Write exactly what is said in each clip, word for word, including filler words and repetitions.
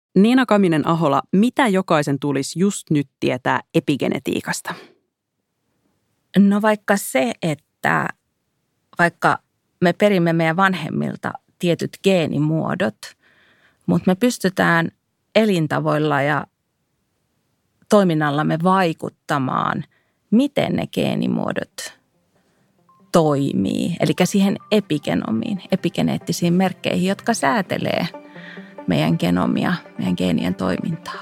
Niina Kaminen-Ahola, mitä jokaisen tulisi just nyt tietää epigenetiikasta? No vaikka se, että vaikka me perimme meidän vanhemmilta tietyt geenimuodot, mutta me pystytään elintavoilla ja toiminnallamme vaikuttamaan, miten ne geenimuodot toimii. Eli siihen epigenomiin, epigeneettisiin merkkeihin, jotka säätelee meidän genomia, meidän geenien toimintaa.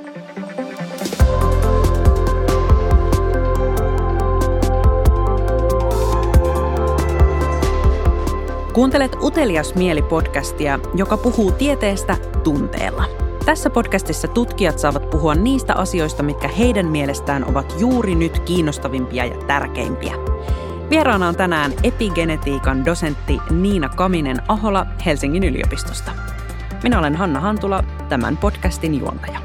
Kuuntelet Utelias mieli-podcastia, joka puhuu tieteestä tunteella. Tässä podcastissa tutkijat saavat puhua niistä asioista, mitkä heidän mielestään ovat juuri nyt kiinnostavimpia ja tärkeimpiä. Vieraana on tänään epigenetiikan dosentti Niina Kaminen-Ahola Helsingin yliopistosta. Minä olen Hanna Hantula, tämän podcastin juontaja.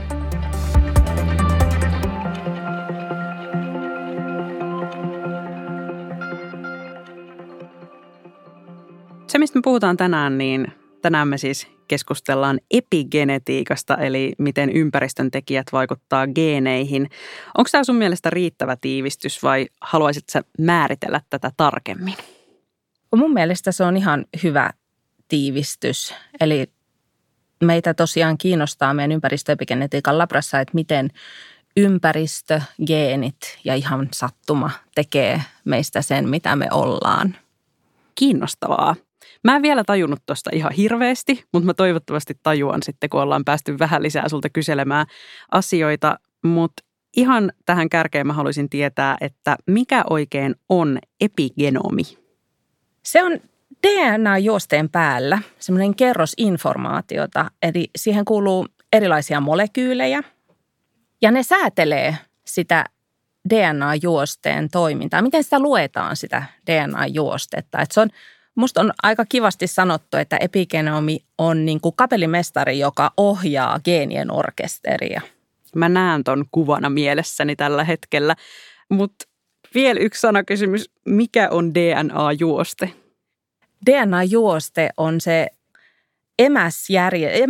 Se, mistä me puhutaan tänään, niin tänään me siis keskustellaan epigenetiikasta, eli miten ympäristön tekijät vaikuttaa geeneihin. Onko tämä sun mielestä riittävä tiivistys vai haluaisit sä määritellä tätä tarkemmin? Mun mielestä se on ihan hyvä tiivistys. Eli meitä tosiaan kiinnostaa meidän ympäristöepigenetiikan labrassa, että miten ympäristö, geenit ja ihan sattuma tekee meistä sen, mitä me ollaan. Kiinnostavaa. Mä en vielä tajunnut tuosta ihan hirveästi, mutta mä toivottavasti tajuan sitten, kun ollaan päästy vähän lisää sulta kyselemään asioita. Mutta ihan tähän kärkeen mä haluaisin tietää, että mikä oikein on epigenomi? Se on D N A-juosteen päällä semmoinen kerros informaatiota, eli siihen kuuluu erilaisia molekyylejä ja ne säätelee sitä D N A-juosteen toimintaa. Miten sitä luetaan, sitä D N A-juostetta? Et se on, musta on aika kivasti sanottu, että epigenomi on niin kuin kapellimestari, joka ohjaa geenien orkesteria. Mä näen ton kuvana mielessäni tällä hetkellä, mutta vielä yksi sanakysymys. Mikä on D N A-juoste? D N A-juoste on se emäsjärje,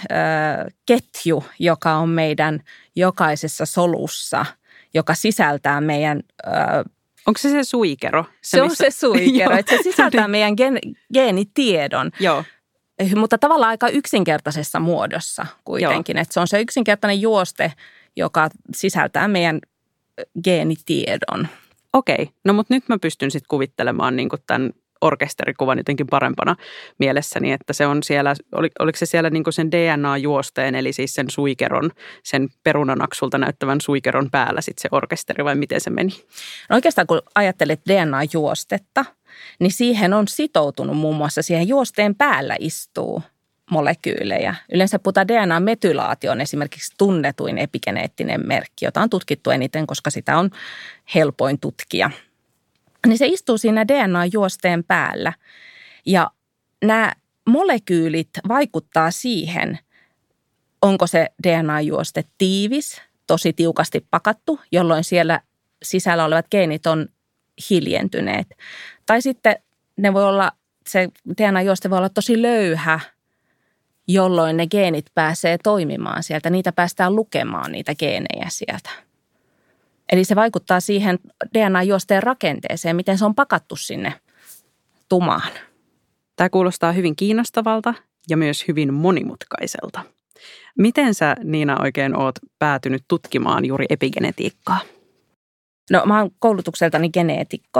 emäsketju, joka on meidän jokaisessa solussa, joka sisältää meidän... Ö, Onko se se suikero? Se, se on missä... se suikero, että se sisältää meidän gen, geenitiedon, Joo. Mutta tavallaan aika yksinkertaisessa muodossa kuitenkin. Että se on se yksinkertainen juoste, joka sisältää meidän geenitiedon. Okei, no mutta nyt mä pystyn sitten kuvittelemaan niin kuin tämän orkesterikuvan jotenkin parempana mielessäni, että se on siellä, oliko se siellä niin kuin sen D N A-juosteen, eli siis sen suikeron, sen perunanaksulta näyttävän suikeron päällä sitten se orkesteri, vai miten se meni? No oikeastaan kun ajattelet D N A-juostetta, niin siihen on sitoutunut muun muassa siihen juosteen päällä istuu molekyylejä. Yleensä puhutaan D N A-metylaatio on esimerkiksi tunnetuin epigeneettinen merkki, jota on tutkittu eniten, koska sitä on helpoin tutkia. Niin se istuu siinä D N A-juosteen päällä ja nämä molekyylit vaikuttaa siihen, onko se D N A-juoste tiivis, tosi tiukasti pakattu, jolloin siellä sisällä olevat geenit on hiljentyneet. Tai sitten ne voi olla, se D N A-juoste voi olla tosi löyhä, jolloin ne geenit pääsee toimimaan sieltä. Niitä päästään lukemaan, niitä geenejä sieltä. Eli se vaikuttaa siihen D N A-juosteen rakenteeseen, miten se on pakattu sinne tumaan. Tämä kuulostaa hyvin kiinnostavalta ja myös hyvin monimutkaiselta. Miten sä, Niina, oikein oot päätynyt tutkimaan juuri epigenetiikkaa? No mä oon koulutukseltani geneetikko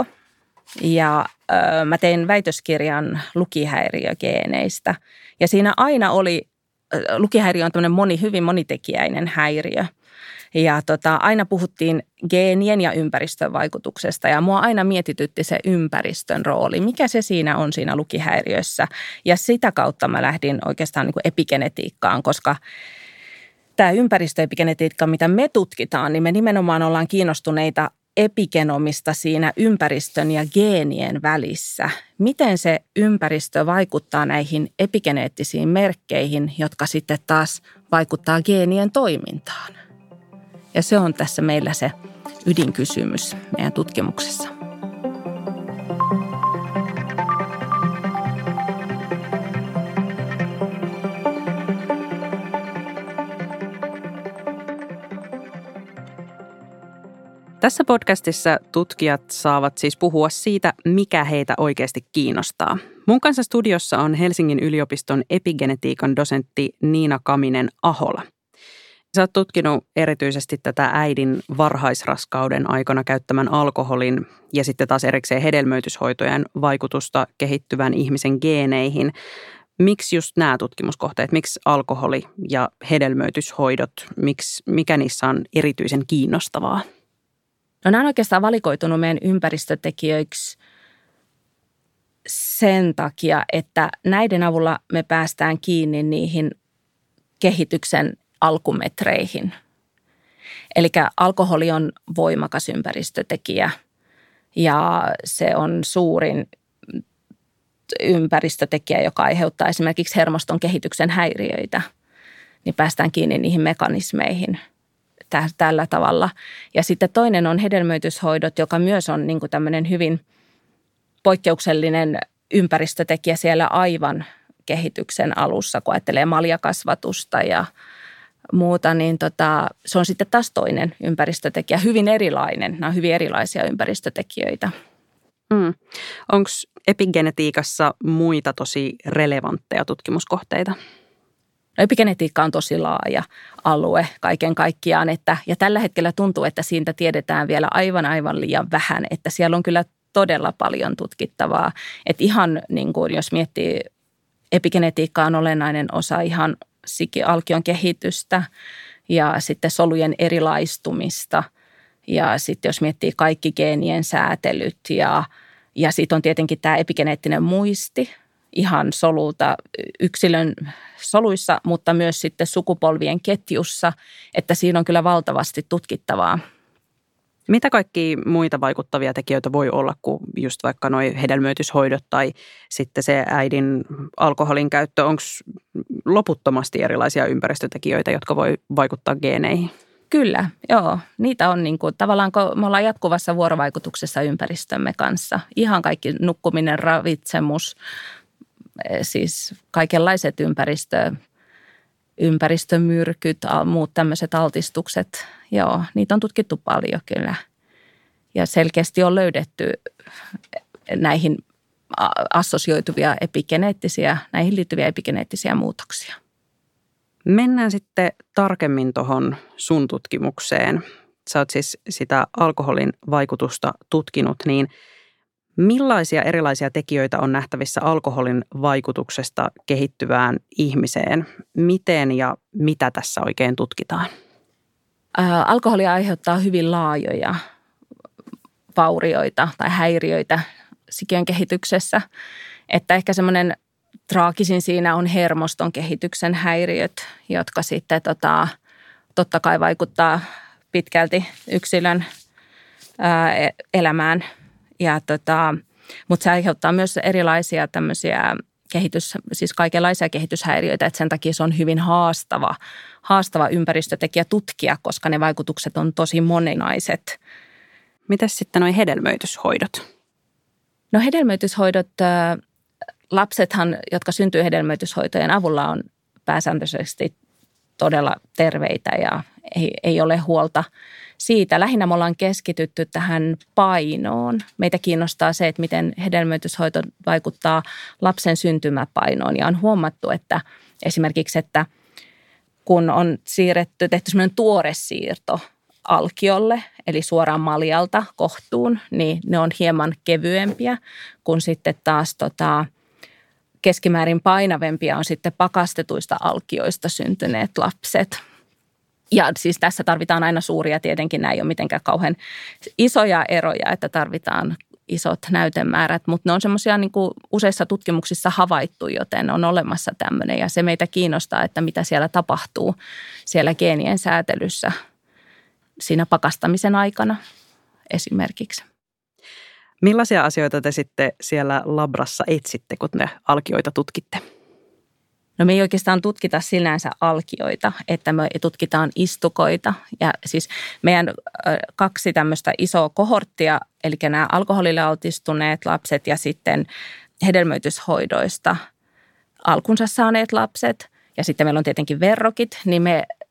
ja ö, mä tein väitöskirjan lukihäiriögeeneistä. Ja siinä aina oli, lukihäiriö on tämmöinen moni, hyvin monitekijäinen häiriö. Ja tota, aina puhuttiin geenien ja ympäristön vaikutuksesta ja mua aina mietitytti se ympäristön rooli. Mikä se siinä on siinä lukihäiriössä? Ja sitä kautta mä lähdin oikeastaan niin kuin epigenetiikkaan, koska tämä ympäristöepigenetiikka, mitä me tutkitaan, niin me nimenomaan ollaan kiinnostuneita epigenomista siinä ympäristön ja geenien välissä. Miten se ympäristö vaikuttaa näihin epigeneettisiin merkkeihin, jotka sitten taas vaikuttaa geenien toimintaan? Ja se on tässä meillä se ydinkysymys meidän tutkimuksessa. Tässä podcastissa tutkijat saavat siis puhua siitä, mikä heitä oikeasti kiinnostaa. Mun kanssa studiossa on Helsingin yliopiston epigenetiikan dosentti Niina Kaminen-Ahola. Sä oot tutkinut erityisesti tätä äidin varhaisraskauden aikana käyttämän alkoholin ja sitten taas erikseen hedelmöityshoitojen vaikutusta kehittyvän ihmisen geeneihin. Miksi just nämä tutkimuskohteet, miksi alkoholi ja hedelmöityshoidot, miksi, mikä niissä on erityisen kiinnostavaa? No nämä on oikeastaan valikoitunut meidän ympäristötekijöiksi sen takia, että näiden avulla me päästään kiinni niihin kehityksen alkumetreihin. Eli alkoholi on voimakas ympäristötekijä ja se on suurin ympäristötekijä, joka aiheuttaa esimerkiksi hermoston kehityksen häiriöitä, niin päästään kiinni niihin mekanismeihin tällä tavalla. Ja sitten toinen on hedelmöityshoidot, joka myös on niin kuin tämmöinen hyvin poikkeuksellinen ympäristötekijä siellä aivan kehityksen alussa, kun ajattelee maljakasvatusta ja muuta, niin tota, se on sitten taas toinen ympäristötekijä, hyvin erilainen. Nämä on hyvin erilaisia ympäristötekijöitä. Mm. Onko epigenetiikassa muita tosi relevantteja tutkimuskohteita? No, epigenetiikka on tosi laaja alue kaiken kaikkiaan, että, ja tällä hetkellä tuntuu, että siitä tiedetään vielä aivan aivan liian vähän, että siellä on kyllä todella paljon tutkittavaa. Että ihan niin kuin jos miettii, epigenetiikka on olennainen osa ihan sikialkion kehitystä ja sitten solujen erilaistumista ja sitten jos miettii kaikki geenien säätelyt ja, ja sitten on tietenkin tämä epigeneettinen muisti ihan solulta yksilön soluissa, mutta myös sitten sukupolvien ketjussa, että siinä on kyllä valtavasti tutkittavaa. Mitä kaikki muita vaikuttavia tekijöitä voi olla kuin just vaikka nuo hedelmöityshoidot tai sitten se äidin alkoholin käyttö? Onko loputtomasti erilaisia ympäristötekijöitä, jotka voi vaikuttaa geeneihin? Kyllä, joo. Niitä on niin kuin, tavallaan, kun me ollaan jatkuvassa vuorovaikutuksessa ympäristömme kanssa. Ihan kaikki nukkuminen, ravitsemus, siis kaikenlaiset ympäristö, ympäristömyrkyt, muut tämmöiset altistukset. Joo, niitä on tutkittu paljon kyllä. Ja selkeästi on löydetty näihin assosioituvia epigeneettisiä, näihin liittyviä epigeneettisiä muutoksia. Mennään sitten tarkemmin tuohon sun tutkimukseen. Sä oot siis sitä alkoholin vaikutusta tutkinut, niin millaisia erilaisia tekijöitä on nähtävissä alkoholin vaikutuksesta kehittyvään ihmiseen? Miten ja mitä tässä oikein tutkitaan? Ää, alkoholia aiheuttaa hyvin laajoja vaurioita tai häiriöitä sikiön kehityksessä. Että ehkä semmoinen traagisin siinä on hermoston kehityksen häiriöt, jotka sitten tota, totta kai vaikuttaa pitkälti yksilön ää, elämään. Ja tota, mutta se aiheuttaa myös erilaisia tämmöisiä kehitys, siis kaikenlaisia kehityshäiriöitä, että sen takia se on hyvin haastava, haastava ympäristötekijä tutkia, koska ne vaikutukset on tosi moninaiset. Mitäs sitten nuo hedelmöityshoidot? No hedelmöityshoidot, lapsethan, jotka syntyy hedelmöityshoitojen avulla, on pääsääntöisesti todella terveitä ja ei, ei ole huolta siitä. Lähinnä me ollaan keskitytty tähän painoon. Meitä kiinnostaa se, että miten hedelmöityshoito vaikuttaa lapsen syntymäpainoon. Ja on huomattu, että esimerkiksi, että kun on siirretty, tehty semmoinen tuore siirto alkiolle, eli suoraan maljalta kohtuun, niin ne on hieman kevyempiä, kun sitten taas tota, keskimäärin painavempia on sitten pakastetuista alkioista syntyneet lapset. Ja siis tässä tarvitaan aina suuria, tietenkin nämä ei ole mitenkään kauhean isoja eroja, että tarvitaan isot näytemäärät, mutta ne on semmoisia niin kuin useissa tutkimuksissa havaittu, joten on olemassa tämmöinen ja se meitä kiinnostaa, että mitä siellä tapahtuu siellä geenien säätelyssä siinä pakastamisen aikana esimerkiksi. Millaisia asioita te sitten siellä labrassa etsitte, kun te alkioita tutkitte? No me ei oikeastaan tutkita sinänsä alkioita, että me tutkitaan istukoita ja siis meidän kaksi tämmöistä isoa kohorttia, eli nämä alkoholille altistuneet lapset ja sitten hedelmöityshoidoista alkunsa saaneet lapset ja sitten meillä on tietenkin verrokit, niin me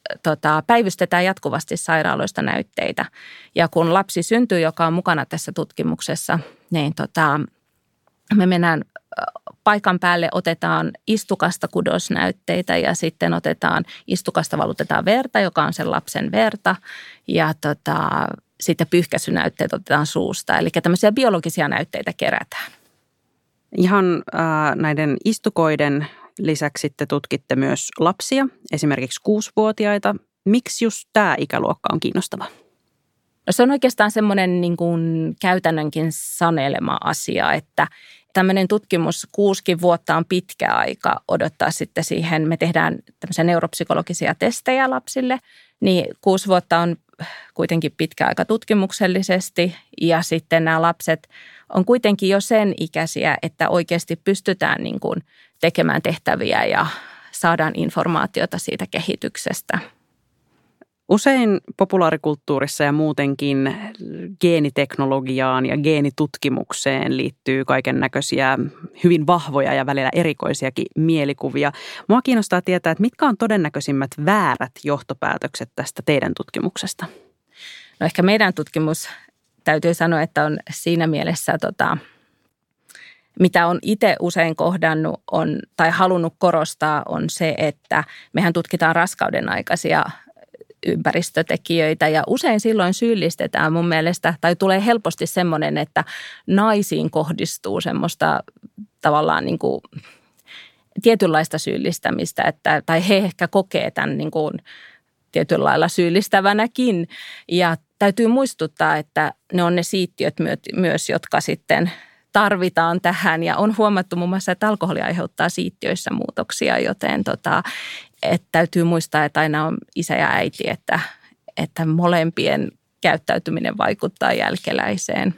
tota, päivystetään jatkuvasti sairaaloista näytteitä. Ja kun lapsi syntyy, joka on mukana tässä tutkimuksessa, niin tota, me mennään paikan päälle, otetaan istukasta kudosnäytteitä ja sitten otetaan istukasta valutetaan verta, joka on sen lapsen verta ja tota, sitten pyyhkäisynäytteet otetaan suusta. Eli tämmöisiä biologisia näytteitä kerätään. Ihan äh, näiden istukoiden lisäksi sitten tutkitte myös lapsia, esimerkiksi kuusivuotiaita. Miksi just tämä ikäluokka on kiinnostava? No se on oikeastaan semmoinen niin kuin käytännönkin sanelema asia, että tämmöinen tutkimus kuusikin vuotta on pitkä aika odottaa sitten siihen. Me tehdään tämmöisiä neuropsykologisia testejä lapsille, niin kuusi vuotta on kuitenkin pitkä aika tutkimuksellisesti ja sitten nämä lapset on kuitenkin jo sen ikäisiä, että oikeasti pystytään niin kuin tekemään tehtäviä ja saadaan informaatiota siitä kehityksestä. Usein populaarikulttuurissa ja muutenkin geeniteknologiaan ja geenitutkimukseen liittyy kaiken näköisiä hyvin vahvoja ja välillä erikoisiakin mielikuvia. Mua kiinnostaa tietää, että mitkä on todennäköisimmät väärät johtopäätökset tästä teidän tutkimuksesta? No ehkä meidän tutkimus täytyy sanoa, että on siinä mielessä, tota, mitä on itse usein kohdannut on, tai halunnut korostaa, on se, että mehän tutkitaan raskauden aikaisia ympäristötekijöitä ja usein silloin syyllistetään mun mielestä, tai tulee helposti semmoinen, että naisiin kohdistuu semmoista tavallaan niin kuin tietynlaista syyllistämistä, että, tai he ehkä kokee tämän niin kuin tietyllä lailla syyllistävänäkin. Ja täytyy muistuttaa, että ne on ne siittiöt myös, jotka sitten tarvitaan tähän ja on huomattu muun muassa, että alkoholi aiheuttaa siittiöissä muutoksia, joten tota, että täytyy muistaa, että aina on isä ja äiti, että, että molempien käyttäytyminen vaikuttaa jälkeläiseen.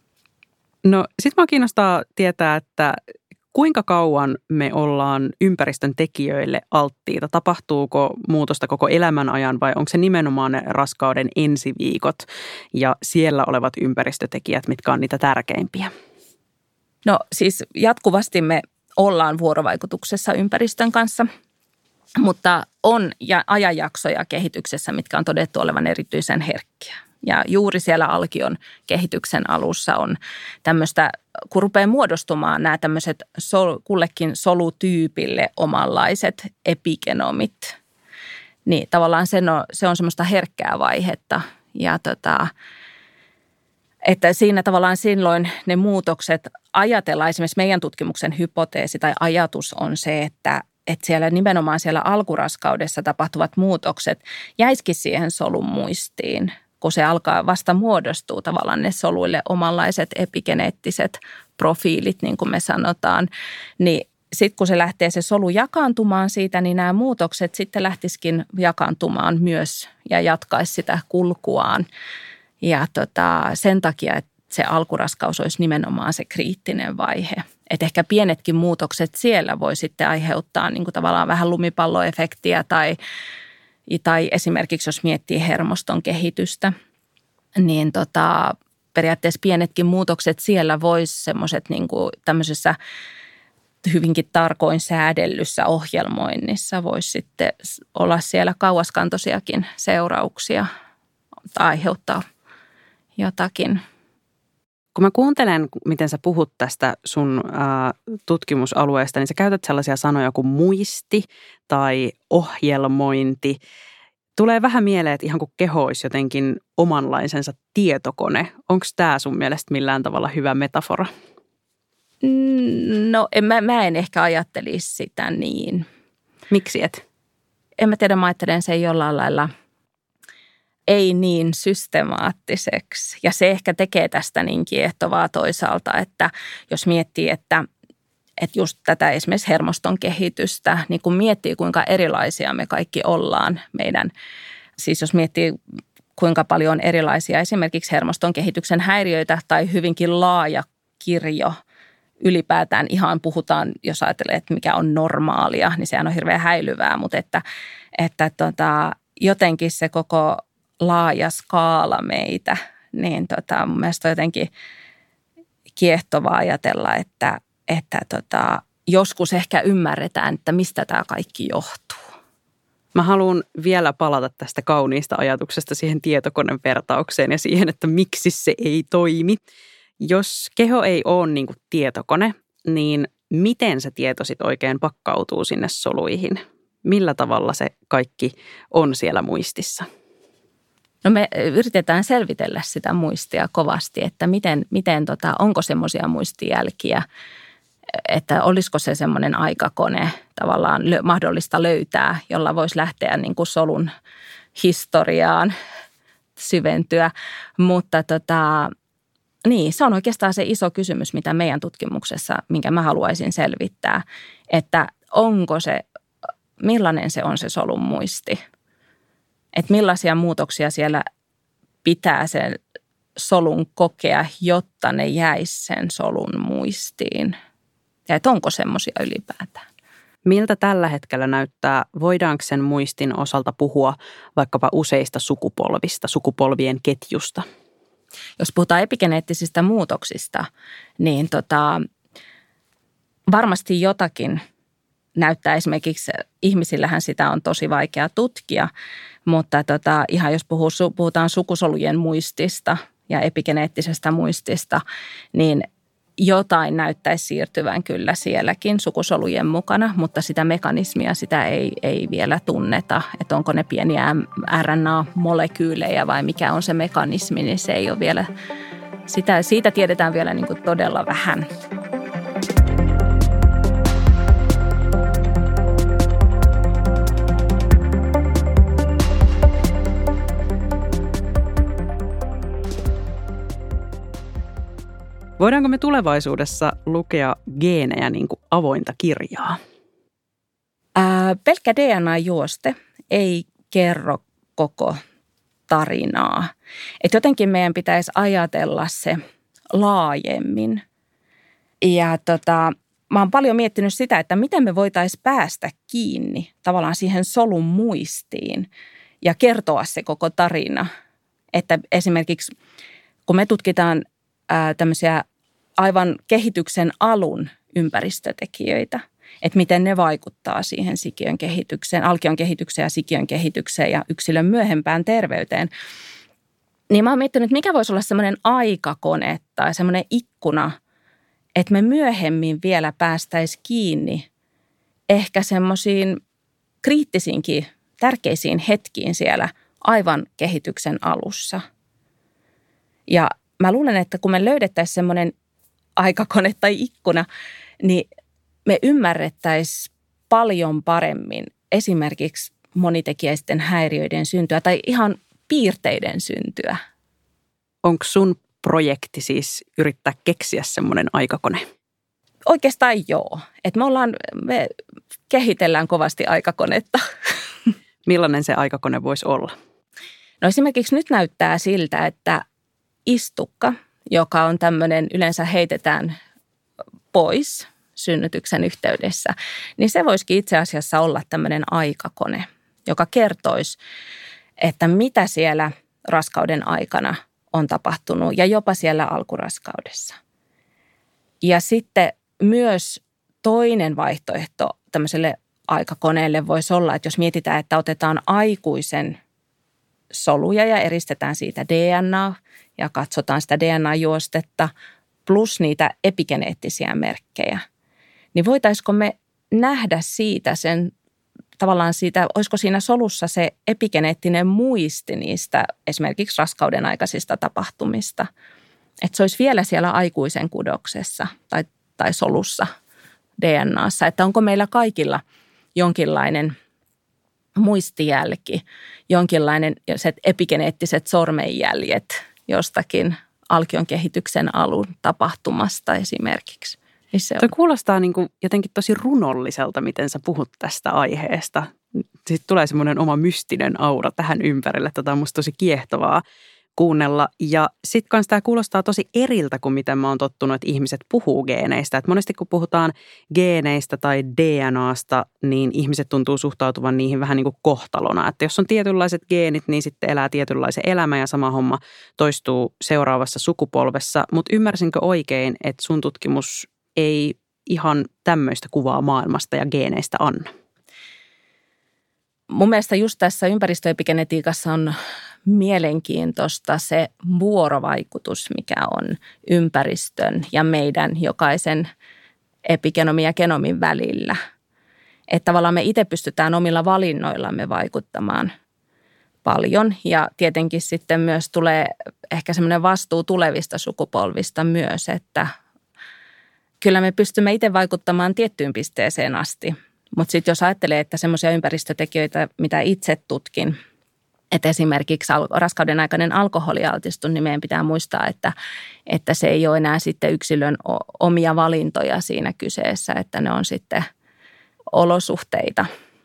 No sit mua kiinnostaa tietää, että kuinka kauan me ollaan ympäristön tekijöille alttiita? Tapahtuuko muutosta koko elämän ajan vai onko se nimenomaan ne raskauden ensiviikot ja siellä olevat ympäristötekijät, mitkä on niitä tärkeimpiä? No siis jatkuvasti me ollaan vuorovaikutuksessa ympäristön kanssa, mutta on ja ajanjaksoja kehityksessä, mitkä on todettu olevan erityisen herkkiä. Ja juuri siellä alkion kehityksen alussa on tämmöistä, kun rupeaa muodostumaan nämä tämmöiset sol, kullekin solutyypille omanlaiset epigenomit, niin tavallaan se on, se on semmoista herkkää vaihetta. Ja tota, että siinä tavallaan silloin ne muutokset ajatellaan, esimerkiksi meidän tutkimuksen hypoteesi tai ajatus on se, että että siellä nimenomaan siellä alkuraskaudessa tapahtuvat muutokset jäisikin siihen solun muistiin, kun se alkaa vasta muodostua tavallaan ne soluille omanlaiset epigeneettiset profiilit, niin kuin me sanotaan. Niin sitten kun se lähtee se solu jakaantumaan siitä, niin nämä muutokset sitten lähtisikin jakaantumaan myös ja jatkaisi sitä kulkuaan. Ja tota, sen takia, että se alkuraskaus olisi nimenomaan se kriittinen vaihe. Että ehkä pienetkin muutokset siellä voi sitten aiheuttaa niin kuin tavallaan vähän lumipalloefektiä tai, tai esimerkiksi jos miettii hermoston kehitystä, niin tota, periaatteessa pienetkin muutokset siellä voisi semmoiset niin kuin tämmöisessä hyvinkin tarkoin säädellyssä ohjelmoinnissa voisi sitten olla siellä kauaskantoisiakin seurauksia tai aiheuttaa jotakin. Kun mä kuuntelen, miten sä puhut tästä sun ää, tutkimusalueesta, niin sä käytät sellaisia sanoja kuin muisti tai ohjelmointi. Tulee vähän mieleen, että ihan kuin keho olisi jotenkin omanlaisensa tietokone. Onko tämä sun mielestä millään tavalla hyvä metafora? No en, mä, mä en ehkä ajattelisi sitä niin. Miksi et? En mä tiedä, mä ajattelen se jollain lailla ei niin systemaattiseksi. Ja se ehkä tekee tästä niin kiehtovaa toisaalta, että jos miettii, että, että just tätä esimerkiksi hermoston kehitystä, niin kun miettii kuinka erilaisia me kaikki ollaan meidän, siis jos miettii kuinka paljon erilaisia esimerkiksi hermoston kehityksen häiriöitä tai hyvinkin laaja kirjo ylipäätään ihan puhutaan, jos ajattelee, että mikä on normaalia, niin sehän on hirveän häilyvää, mutta että, että tota, jotenkin se koko laaja skaala meitä, niin tota, mun mielestä on jotenkin kiehtovaa ajatella, että, että tota, joskus ehkä ymmärretään, että mistä tämä kaikki johtuu. Mä haluan vielä palata tästä kauniista ajatuksesta siihen tietokonevertaukseen ja siihen, että miksi se ei toimi. Jos keho ei ole niin kuin tietokone, niin miten se tieto sit oikein pakkautuu sinne soluihin? Millä tavalla se kaikki on siellä muistissa? No me yritetään selvitellä sitä muistia kovasti, että miten, miten tota, onko semmoisia muistijälkiä, että olisiko se semmoinen aikakone tavallaan lö, mahdollista löytää, jolla voisi lähteä niin kuin solun historiaan syventyä. Mutta tota, niin, se on oikeastaan se iso kysymys, mitä meidän tutkimuksessa, minkä mä haluaisin selvittää, että onko se, millainen se on se solun muisti. Että millaisia muutoksia siellä pitää sen solun kokea, jotta ne jäisi sen solun muistiin. Ja että onko semmoisia ylipäätään. Miltä tällä hetkellä näyttää, voidaanko sen muistin osalta puhua vaikkapa useista sukupolvista, sukupolvien ketjusta? Jos puhutaan epigeneettisistä muutoksista, niin tota, varmasti jotakin näyttää. Esimerkiksi ihmisillähän sitä on tosi vaikea tutkia, mutta tota, ihan jos puhuu, puhutaan sukusolujen muistista ja epigeneettisestä muistista, niin jotain näyttäisi siirtyvän kyllä sielläkin sukusolujen mukana, mutta sitä mekanismia sitä ei, ei vielä tunneta, että onko ne pieniä R N A-molekyylejä vai mikä on se mekanismi, niin se ei ole vielä, sitä, siitä tiedetään vielä niin kuin todella vähän. Voidaanko me tulevaisuudessa lukea geenejä niin kuin avointa kirjaa? Ää, pelkkä D N A-juoste ei kerro koko tarinaa. Et jotenkin meidän pitäisi ajatella se laajemmin. Ja tota, mä oon paljon miettinyt sitä, että miten me voitaisiin päästä kiinni tavallaan siihen solun muistiin ja kertoa se koko tarina. Että esimerkiksi kun me tutkitaan ää, tämmöisiä aivan kehityksen alun ympäristötekijöitä, että miten ne vaikuttaa siihen sikiön kehitykseen, alkion kehitykseen ja sikiön kehitykseen ja yksilön myöhempään terveyteen. Niin mä oon miettinyt, että mikä voisi olla semmoinen aikakone tai semmoinen ikkuna, että me myöhemmin vielä päästäisiin kiinni ehkä semmoisiin kriittisiinkin, tärkeisiin hetkiin siellä aivan kehityksen alussa. Ja mä luulen, että kun me löydettäisiin semmoinen aikakone tai ikkuna, niin me ymmärrettäisiin paljon paremmin esimerkiksi monitekijäisten häiriöiden syntyä tai ihan piirteiden syntyä. Onko sun projekti siis yrittää keksiä semmoinen aikakone? Oikeastaan joo. Et me, ollaan, me kehitellään kovasti aikakonetta. Millainen se aikakone voisi olla? No esimerkiksi nyt näyttää siltä, että istukka, joka on tämmöinen, yleensä heitetään pois synnytyksen yhteydessä, niin se voisikin itse asiassa olla tämmöinen aikakone, joka kertoisi, että mitä siellä raskauden aikana on tapahtunut ja jopa siellä alkuraskaudessa. Ja sitten myös toinen vaihtoehto tämmöiselle aikakoneelle voisi olla, että jos mietitään, että otetaan aikuisen soluja ja eristetään siitä D N A ja katsotaan sitä D N A-juostetta plus niitä epigeneettisiä merkkejä, niin voitaisiko me nähdä siitä sen tavallaan siitä, olisiko siinä solussa se epigeneettinen muisti niistä esimerkiksi raskauden aikaisista tapahtumista, että se olisi vielä siellä aikuisen kudoksessa tai, tai solussa D N A:ssa, että onko meillä kaikilla jonkinlainen muistijälki, jonkinlainen se epigeneettiset sormenjäljet jostakin alkion kehityksen alun tapahtumasta esimerkiksi. Niin se Tuo kuulostaa niin kuin jotenkin tosi runolliselta, miten sä puhut tästä aiheesta. Sitten tulee semmoinen oma mystinen aura tähän ympärille. Tätä on musta tosi kiehtovaa kuunnella. Ja sitten kanssa tämä kuulostaa tosi eriltä kuin miten mä oon tottunut, että ihmiset puhuu geeneistä. Et monesti kun puhutaan geeneistä tai D N A:sta, niin ihmiset tuntuu suhtautuvan niihin vähän niin kuin kohtalona. Että jos on tietynlaiset geenit, niin sitten elää tietynlaisen elämän ja sama homma toistuu seuraavassa sukupolvessa. Mutta ymmärsinkö oikein, että sun tutkimus ei ihan tämmöistä kuvaa maailmasta ja geeneistä anna? mun mielestä just tässä ympäristöepigenetiikassa on mielenkiintoista se vuorovaikutus, mikä on ympäristön ja meidän jokaisen epigenomin ja genomin välillä. Että tavallaan me itse pystytään omilla valinnoillamme vaikuttamaan paljon ja tietenkin sitten myös tulee ehkä semmoinen vastuu tulevista sukupolvista myös, että kyllä me pystymme itse vaikuttamaan tiettyyn pisteeseen asti. Mutta sitten jos ajattelee, että semmoisia ympäristötekijöitä, mitä itse tutkin, että esimerkiksi raskauden aikainen alkoholialtistus, niin meidän pitää muistaa, että, että se ei ole enää sitten yksilön omia valintoja siinä kyseessä, että ne on sitten olosuhteita.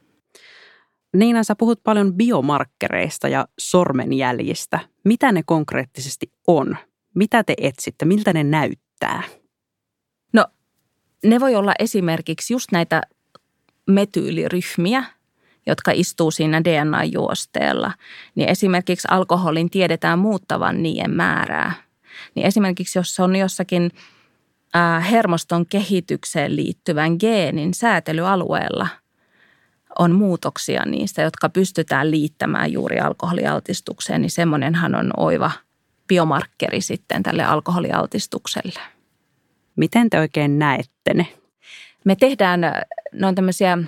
Niina, sä puhut paljon biomarkkereista ja sormenjäljistä. Mitä ne konkreettisesti on? Mitä te etsitte? Miltä ne näyttää? No, ne voi olla esimerkiksi just näitä metyyliryhmiä, jotka istuu siinä D N A-juosteella. Niin esimerkiksi alkoholin tiedetään muuttavan niiden määrää. Niin esimerkiksi jos on jossakin äh, hermoston kehitykseen liittyvän geenin säätelyalueella on muutoksia niistä, jotka pystytään liittämään juuri alkoholialtistukseen, niin semmoinenhan on oiva biomarkkeri sitten tälle alkoholialtistukselle. Miten te oikein näette ne? Me tehdään, ne on tämmöisiä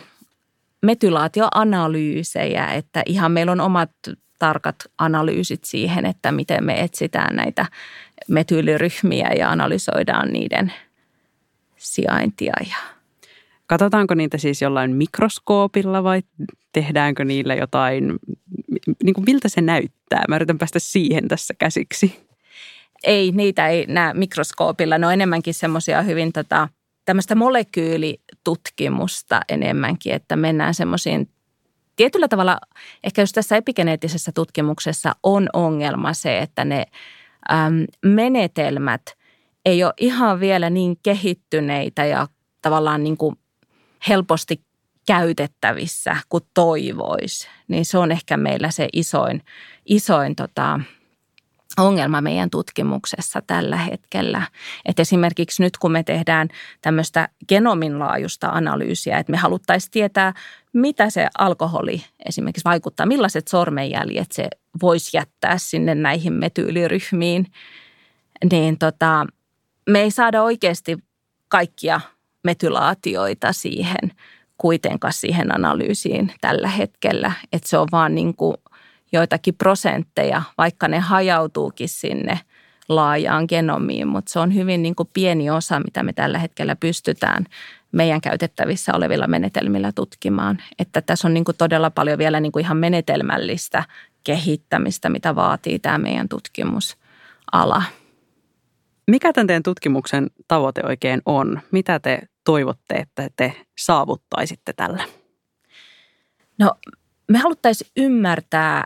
metylaatioanalyysejä, että ihan meillä on omat tarkat analyysit siihen, että miten me etsitään näitä metyyliryhmiä ja analysoidaan niiden sijaintia. Katsotaanko niitä siis jollain mikroskoopilla vai tehdäänkö niillä jotain, niin kuin miltä se näyttää? Mä yritän päästä siihen tässä käsiksi. Ei, niitä ei näe mikroskoopilla. Ne on enemmänkin semmoisia hyvin tota, tämmöistä molekyylitutkimusta enemmänkin, että mennään semmoisiin tietyllä tavalla, ehkä jos tässä epigeneettisessä tutkimuksessa on ongelma se, että ne äm, menetelmät ei ole ihan vielä niin kehittyneitä ja tavallaan niin kuin helposti käytettävissä kuin toivoisi, niin se on ehkä meillä se isoin, isoin tota, ongelma meidän tutkimuksessa tällä hetkellä. Et esimerkiksi nyt kun me tehdään tämmöistä genomin laajuista analyysiä, että me haluttaisiin tietää, mitä se alkoholi esimerkiksi vaikuttaa, millaiset sormenjäljet se voisi jättää sinne näihin metyyliryhmiin, niin tota, me ei saada oikeasti kaikkia metylaatioita siihen kuitenkaan siihen analyysiin tällä hetkellä, että se on vaan niin kuin joitakin prosentteja, vaikka ne hajautuukin sinne laajaan genomiin, mutta se on hyvin niin kuin pieni osa, mitä me tällä hetkellä pystytään meidän käytettävissä olevilla menetelmillä tutkimaan. Että tässä on niin kuin todella paljon vielä niin kuin ihan menetelmällistä kehittämistä, mitä vaatii tämä meidän tutkimusala. Mikä tämän teidän tutkimuksen tavoite oikein on? Mitä te toivotte, että te saavuttaisitte tällä? No, me haluttaisiin ymmärtää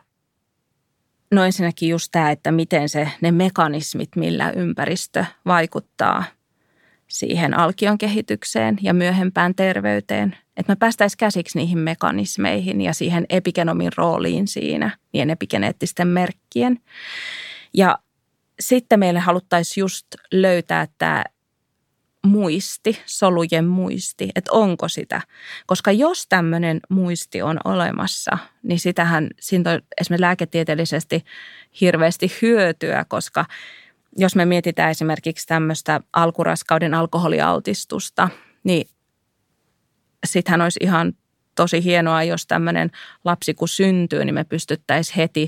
no ensinnäkin just tämä, että miten se, ne mekanismit, millä ympäristö vaikuttaa siihen alkion kehitykseen ja myöhempään terveyteen. Että me päästäisiin käsiksi niihin mekanismeihin ja siihen epigenomin rooliin siinä, niiden epigeneettisten merkkien. Ja sitten meille haluttaisiin just löytää tämä muisti, solujen muisti, että onko sitä. Koska jos tämmöinen muisti on olemassa, niin sitähän siinä on esimerkiksi lääketieteellisesti hirveästi hyötyä, koska jos me mietitään esimerkiksi tämmöistä alkuraskauden alkoholialtistusta, niin sittenhän olisi ihan tosi hienoa, jos tämmöinen lapsi kun syntyy, niin me pystyttäisiin heti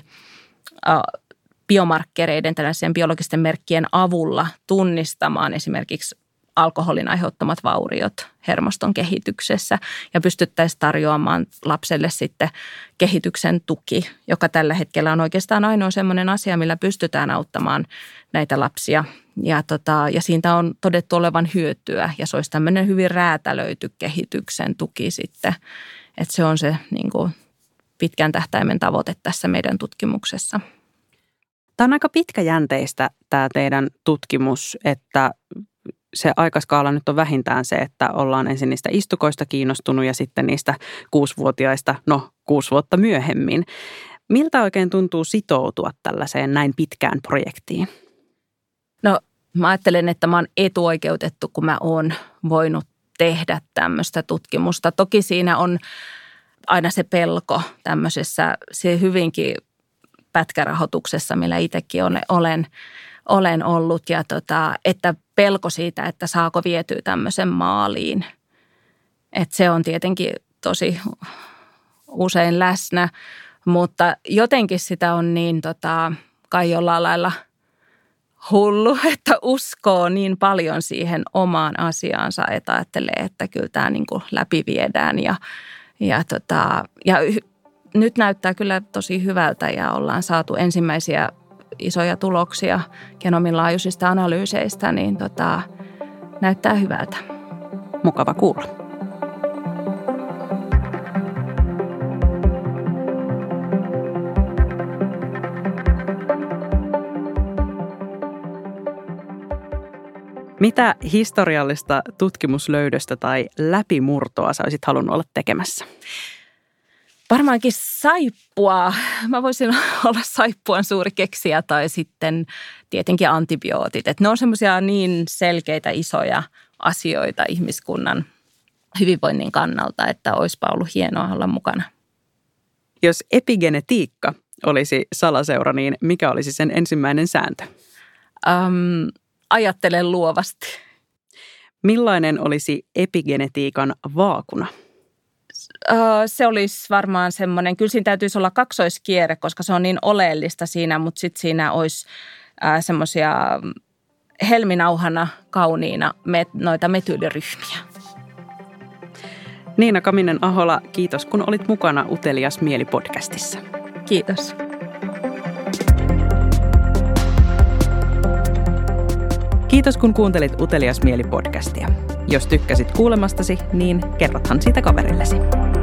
biomarkkereiden, tällaisen biologisten merkkien avulla tunnistamaan esimerkiksi alkoholin aiheuttamat vauriot hermoston kehityksessä ja pystyttäisiin tarjoamaan lapselle sitten kehityksen tuki, joka tällä hetkellä on oikeastaan ainoa semmoinen asia, millä pystytään auttamaan näitä lapsia. Ja, tota, ja siitä on todettu olevan hyötyä ja se olisi tämmöinen hyvin räätälöity kehityksen tuki sitten, että se on se niin kuin pitkän tähtäimen tavoite tässä meidän tutkimuksessa. Tämä on aika pitkäjänteistä tämä teidän tutkimus, että se aikaskaala nyt on vähintään se, että ollaan ensin niistä istukoista kiinnostunut ja sitten niistä kuusivuotiaista, no kuusi vuotta myöhemmin. Miltä oikein tuntuu sitoutua tällaiseen näin pitkään projektiin? No mä ajattelen, että mä oon etuoikeutettu, kun mä oon voinut tehdä tämmöistä tutkimusta. Toki siinä on aina se pelko tämmöisessä, se hyvinkin pätkärahoituksessa, millä itsekin on, olen, olen ollut. Ja tota, että pelko siitä, että saako vietyä tämmöisen maaliin. Että se on tietenkin tosi usein läsnä, mutta jotenkin sitä on niin tota, kai jollain lailla hullu, että uskoo niin paljon siihen omaan asiaansa, että ajattelee, että kyllä tämä niin kuin läpi viedään. Ja, ja, tota, ja nyt näyttää kyllä tosi hyvältä ja ollaan saatu ensimmäisiä isoja tuloksia genomin laajuisista analyyseistä, niin tota, näyttää hyvältä. Mukava kuulla. Mitä historiallista tutkimuslöydöstä tai läpimurtoa sä olisit halunnut olla tekemässä? Varmaankin saippua. Mä voisin olla saippuan suuri keksijä tai sitten tietenkin antibiootit. Et ne on semmoisia niin selkeitä isoja asioita ihmiskunnan hyvinvoinnin kannalta, että olisipa ollut hienoa olla mukana. Jos epigenetiikka olisi salaseura, niin mikä olisi sen ensimmäinen sääntö? Um, ajattelen luovasti. Millainen olisi epigenetiikan vaakuna? Se olisi varmaan semmoinen, kyllä siinä täytyisi olla kaksoiskierre, koska se on niin oleellista siinä, mutta sitten siinä olisi semmoisia helminauhana kauniina met, noita metyyliryhmiä. Niina Kaminen-Ahola, kiitos kun olit mukana Utelias mieli -podcastissa. Kiitos. Kiitos kun kuuntelit Utelias mieli -podcastia. Jos tykkäsit kuulemastasi, niin kerrothan siitä kaverillesi.